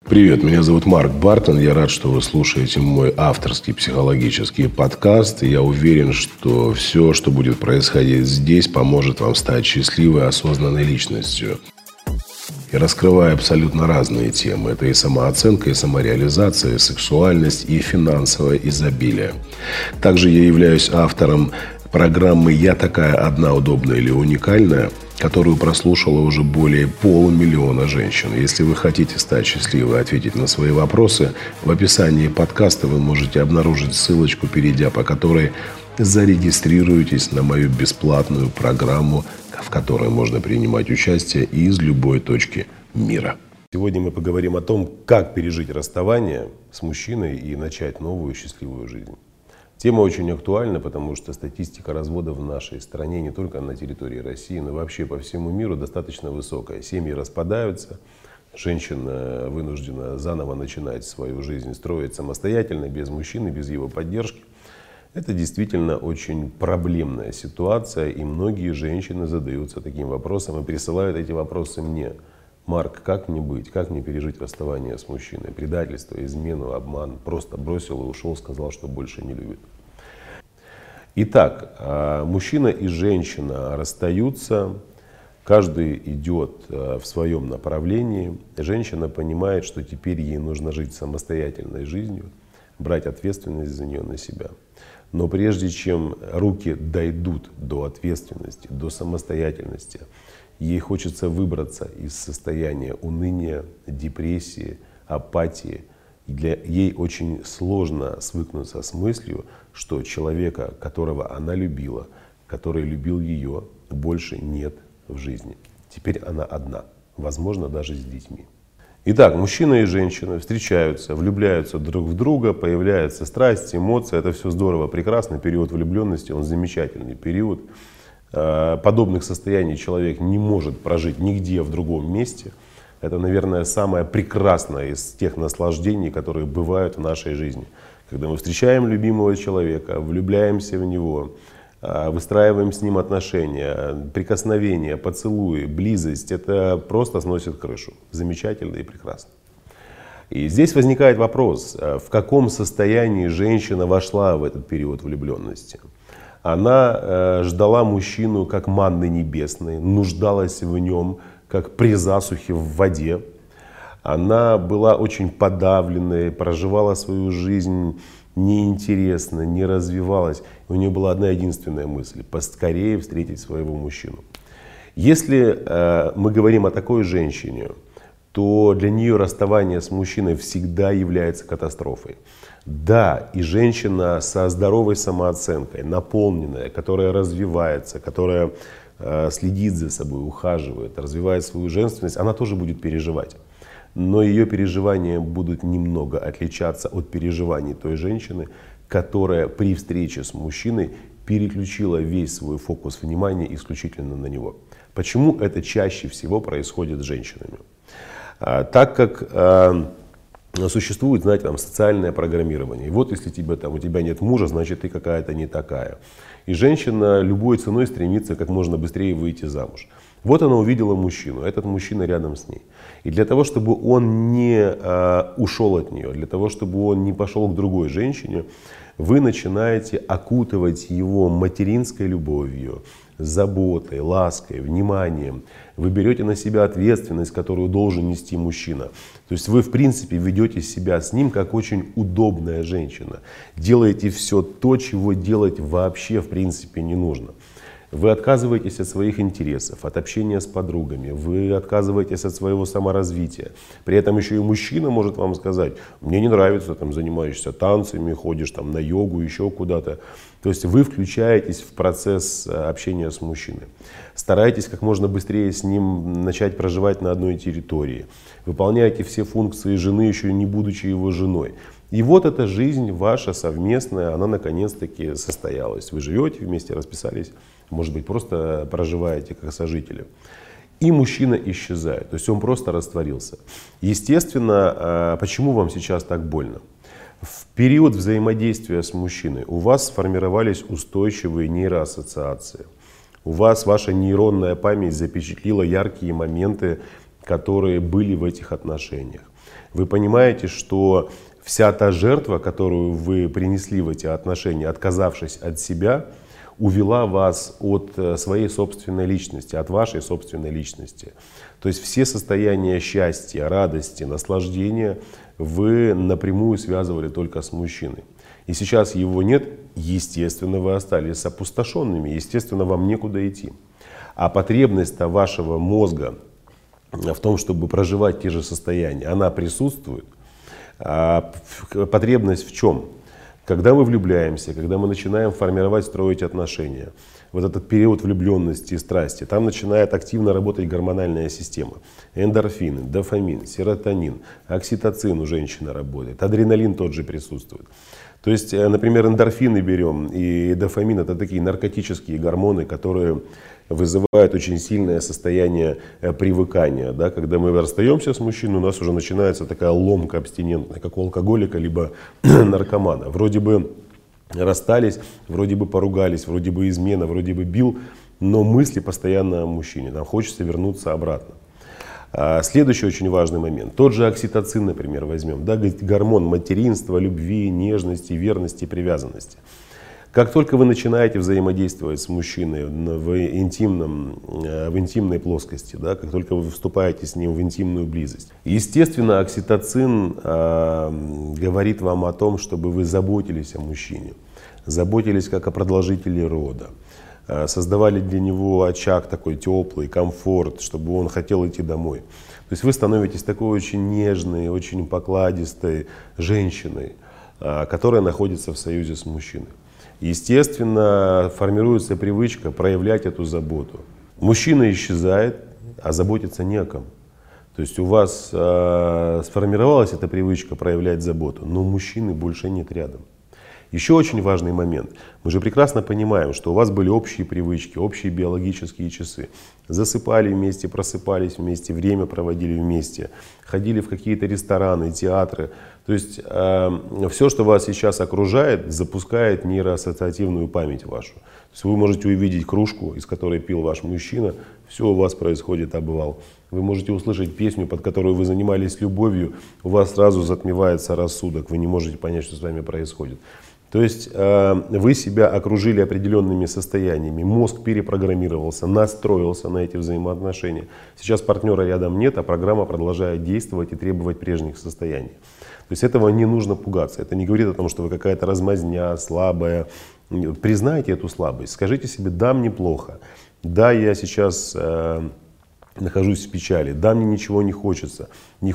Привет, меня зовут Марк Бартон. Я рад, что вы слушаете мой авторский психологический подкаст. И я уверен, что все, что будет происходить здесь, поможет вам стать счастливой, осознанной личностью. Я раскрываю абсолютно разные темы. Это и самооценка, и самореализация, и сексуальность, и финансовое изобилие. Также я являюсь автором программы «Я такая одна, удобная или уникальная», которую прослушало уже более 500 000 женщин. Если вы хотите стать счастливой и ответить на свои вопросы, в описании подкаста вы можете обнаружить ссылочку, перейдя по которой зарегистрируетесь на мою бесплатную программу, в которой можно принимать участие из любой точки мира. Сегодня мы поговорим о том, как пережить расставание с мужчиной и начать новую счастливую жизнь. Тема очень актуальна, потому что статистика разводов в нашей стране, не только на территории России, но вообще по всему миру достаточно высокая. Семьи распадаются, женщина вынуждена заново начинать свою жизнь, строить самостоятельно, без мужчины, без его поддержки. Это действительно очень проблемная ситуация, и многие женщины задаются таким вопросом и присылают эти вопросы мне. Марк, как мне быть, как мне пережить расставание с мужчиной, предательство, измену, обман, просто бросил и ушел, сказал, что больше не любит. Итак, мужчина и женщина расстаются, каждый идет в своем направлении. Женщина понимает, что теперь ей нужно жить самостоятельной жизнью, брать ответственность за нее на себя. Но прежде чем руки дойдут до ответственности, до самостоятельности, ей хочется выбраться из состояния уныния, депрессии, апатии. Ей очень сложно свыкнуться с мыслью, что человека, которого она любила, который любил ее, больше нет в жизни. Теперь она одна, возможно, даже с детьми. Итак, мужчина и женщина встречаются, влюбляются друг в друга, появляется страсть, эмоции. Это все здорово, прекрасно. Период влюбленности, он замечательный период. Подобных состояний человек не может прожить нигде в другом месте. Это, наверное, самое прекрасное из тех наслаждений, которые бывают в нашей жизни. Когда мы встречаем любимого человека, влюбляемся в него, выстраиваем с ним отношения, прикосновения, поцелуи, близость, это просто сносит крышу. Замечательно и прекрасно. И здесь возникает вопрос, в каком состоянии женщина вошла в этот период влюбленности. Она ждала мужчину как манны небесной, нуждалась в нем как при засухе в воде. Она была очень подавленной, проживала свою жизнь неинтересно, не развивалась. У нее была одна единственная мысль – поскорее встретить своего мужчину. Если мы говорим о такой женщине, то для нее расставание с мужчиной всегда является катастрофой. Да, и женщина со здоровой самооценкой, наполненная, которая развивается, которая следит за собой, ухаживает, развивает свою женственность, она тоже будет переживать. Но ее переживания будут немного отличаться от переживаний той женщины, которая при встрече с мужчиной переключила весь свой фокус внимания исключительно на него. Почему это чаще всего происходит с женщинами? Так как существует, знаете, там, социальное программирование. И вот если у тебя нет мужа, значит ты какая-то не такая. И женщина любой ценой стремится как можно быстрее выйти замуж. Вот она увидела мужчину, этот мужчина рядом с ней. И для того, чтобы он не ушел от нее, для того, чтобы он не пошел к другой женщине, вы начинаете окутывать его материнской любовью, заботой, лаской, вниманием. Вы берете на себя ответственность, которую должен нести мужчина. То есть вы, в принципе, ведете себя с ним как очень удобная женщина. Делаете все то, чего делать вообще, в принципе, не нужно. Вы отказываетесь от своих интересов, от общения с подругами, вы отказываетесь от своего саморазвития. При этом еще и мужчина может вам сказать: мне не нравится, там, занимаешься танцами, ходишь там, на йогу, еще куда-то. То есть вы включаетесь в процесс общения с мужчиной. Старайтесь как можно быстрее с ним начать проживать на одной территории. Выполняйте все функции жены, еще не будучи его женой. И вот эта жизнь ваша совместная, она наконец-таки состоялась. Вы живете вместе, расписались, может быть, просто проживаете как сожители. И мужчина исчезает, то есть он просто растворился. Естественно, почему вам сейчас так больно? В период взаимодействия с мужчиной у вас сформировались устойчивые нейроассоциации. У вас ваша нейронная память запечатлила яркие моменты, которые были в этих отношениях. Вы понимаете, что вся та жертва, которую вы принесли в эти отношения, отказавшись от себя, увела вас от своей собственной личности, от вашей собственной личности. То есть все состояния счастья, радости, наслаждения вы напрямую связывали только с мужчиной. И сейчас его нет, естественно, вы остались опустошенными, естественно, вам некуда идти. А потребность вашего мозга в том, чтобы проживать те же состояния, она присутствует. А потребность в чем? Когда мы влюбляемся, когда мы начинаем формировать, строить отношения, вот этот период влюбленности и страсти, там начинает активно работать гормональная система. Эндорфины, дофамин, серотонин, окситоцин у женщины работает, адреналин тот же присутствует. То есть, например, эндорфины берем и дофамин — это такие наркотические гормоны, которые вызывают очень сильное состояние привыкания. Да? Когда мы расстаемся с мужчиной, у нас уже начинается такая ломка абстинентная, как у алкоголика либо наркомана. Вроде бы расстались, вроде бы поругались, вроде бы измена, вроде бы бил, но мысли постоянно о мужчине. Нам хочется вернуться обратно. Следующий очень важный момент. Тот же окситоцин, например, возьмем. Да, гормон материнства, любви, нежности, верности, привязанности. Как только вы начинаете взаимодействовать с мужчиной в интимной плоскости, да, как только вы вступаете с ним в интимную близость, естественно, окситоцин говорит вам о том, чтобы вы заботились о мужчине, заботились как о продолжителе рода, создавали для него очаг такой теплый, комфорт, чтобы он хотел идти домой. То есть вы становитесь такой очень нежной, очень покладистой женщиной, которая находится в союзе с мужчиной. Естественно, формируется привычка проявлять эту заботу. Мужчина исчезает, а заботиться не о ком. То есть у вас сформировалась эта привычка проявлять заботу, но мужчины больше нет рядом. Еще очень важный момент. Мы же прекрасно понимаем, что у вас были общие привычки, общие биологические часы. Засыпали вместе, просыпались вместе, время проводили вместе, ходили в какие-то рестораны, театры. То есть все, что вас сейчас окружает, запускает нейроассоциативную память вашу. То есть вы можете увидеть кружку, из которой пил ваш мужчина, все у вас происходит обвал. Вы можете услышать песню, под которую вы занимались любовью, у вас сразу затмевается рассудок, вы не можете понять, что с вами происходит. То есть вы себя окружили определенными состояниями, мозг перепрограммировался, настроился на эти взаимоотношения. Сейчас партнера рядом нет, а программа продолжает действовать и требовать прежних состояний. То есть этого не нужно пугаться. Это не говорит о том, что вы какая-то размазня, слабая. Признайте эту слабость, скажите себе: да, мне плохо, да, я сейчас нахожусь в печали, да, мне ничего не хочется,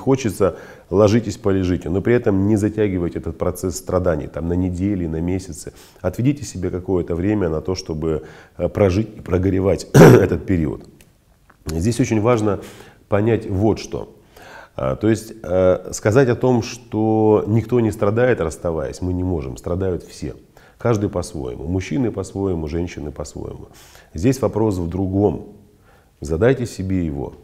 ложитесь, полежите, но при этом не затягивайте этот процесс страданий там, на недели, на месяцы. Отведите себе какое-то время на то, чтобы прожить и прогоревать этот период. Здесь очень важно понять вот что. То есть сказать о том, что никто не страдает, расставаясь, мы не можем, страдают все. Каждый по-своему, мужчины по-своему, женщины по-своему. Здесь вопрос в другом. Задайте себе его.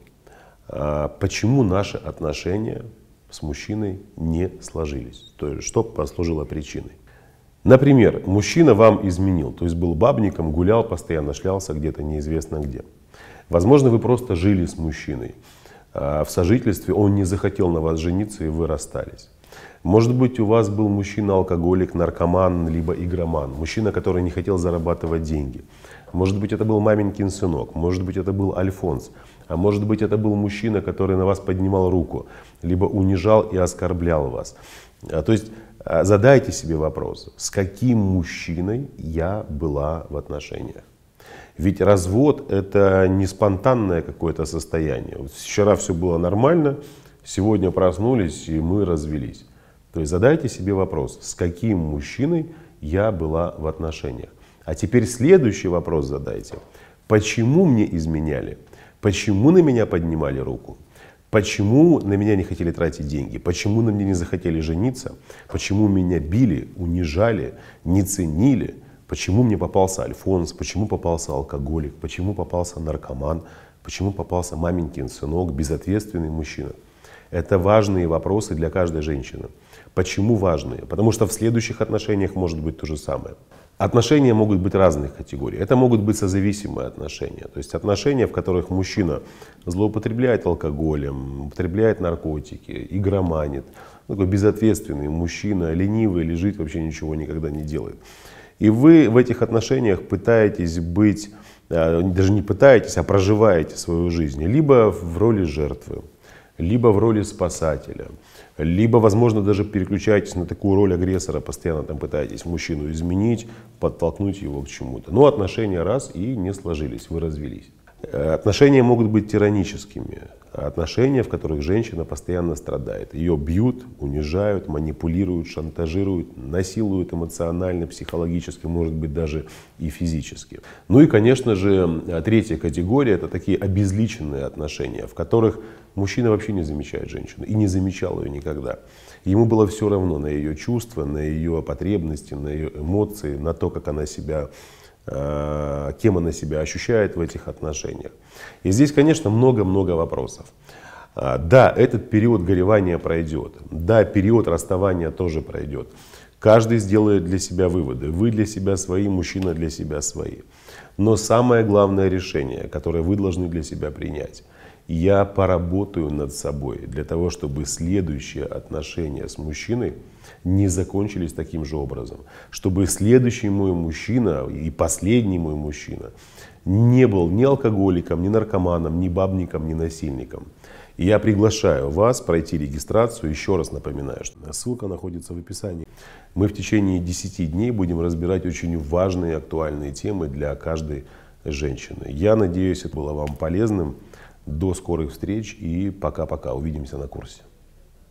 Почему наши отношения с мужчиной не сложились? То есть, что послужило причиной? Например, мужчина вам изменил, то есть был бабником, гулял постоянно, шлялся где-то неизвестно где. Возможно, вы просто жили с мужчиной. В сожительстве он не захотел на вас жениться, и вы расстались. Может быть, у вас был мужчина-алкоголик, наркоман, либо игроман. Мужчина, который не хотел зарабатывать деньги. Может быть, это был маменькин сынок. Может быть, это был Альфонс. А может быть, это был мужчина, который на вас поднимал руку. Либо унижал и оскорблял вас. То есть задайте себе вопрос: с каким мужчиной я была в отношениях? Ведь развод — это не спонтанное какое-то состояние. Вот вчера все было нормально, сегодня проснулись и мы развелись. То есть задайте себе вопрос: с каким мужчиной я была в отношениях? А теперь следующий вопрос задайте: почему мне изменяли? Почему на меня поднимали руку? Почему на меня не хотели тратить деньги? Почему на меня не захотели жениться? Почему меня били, унижали, не ценили? Почему мне попался Альфонс? Почему попался алкоголик? Почему попался наркоман? Почему попался маменькин сынок, безответственный мужчина? Это важные вопросы для каждой женщины. Почему важные? Потому что в следующих отношениях может быть то же самое. Отношения могут быть разных категорий. Это могут быть созависимые отношения. То есть отношения, в которых мужчина злоупотребляет алкоголем, употребляет наркотики, игроманит. Такой безответственный мужчина, ленивый, лежит, вообще ничего никогда не делает. И вы в этих отношениях пытаетесь быть, даже не пытаетесь, а проживаете свою жизнь. Либо в роли жертвы, либо в роли спасателя, либо, возможно, даже переключаетесь на такую роль агрессора, постоянно там пытаетесь мужчину изменить, подтолкнуть его к чему-то. Но отношения раз и не сложились, вы развелись. Отношения могут быть тираническими. Отношения, в которых женщина постоянно страдает. Ее бьют, унижают, манипулируют, шантажируют, насилуют эмоционально, психологически, может быть, даже и физически. Ну и, конечно же, третья категория — это такие обезличенные отношения, в которых мужчина вообще не замечает женщину и не замечал ее никогда. Ему было все равно на ее чувства, на ее потребности, на ее эмоции, на то, как она себя, кем она себя ощущает в этих отношениях. И здесь, конечно, много-много вопросов. Да, этот период горевания пройдет. Да, период расставания тоже пройдет. Каждый сделает для себя выводы. Вы для себя свои, мужчина для себя свои. Но самое главное решение, которое вы должны для себя принять: я поработаю над собой для того, чтобы следующие отношения с мужчиной не закончились таким же образом. Чтобы следующий мой мужчина и последний мой мужчина не был ни алкоголиком, ни наркоманом, ни бабником, ни насильником. И я приглашаю вас пройти регистрацию. Еще раз напоминаю, что ссылка находится в описании. Мы в течение 10 дней будем разбирать очень важные, актуальные темы для каждой женщины. Я надеюсь, это было вам полезным. До скорых встреч и пока-пока. Увидимся на курсе.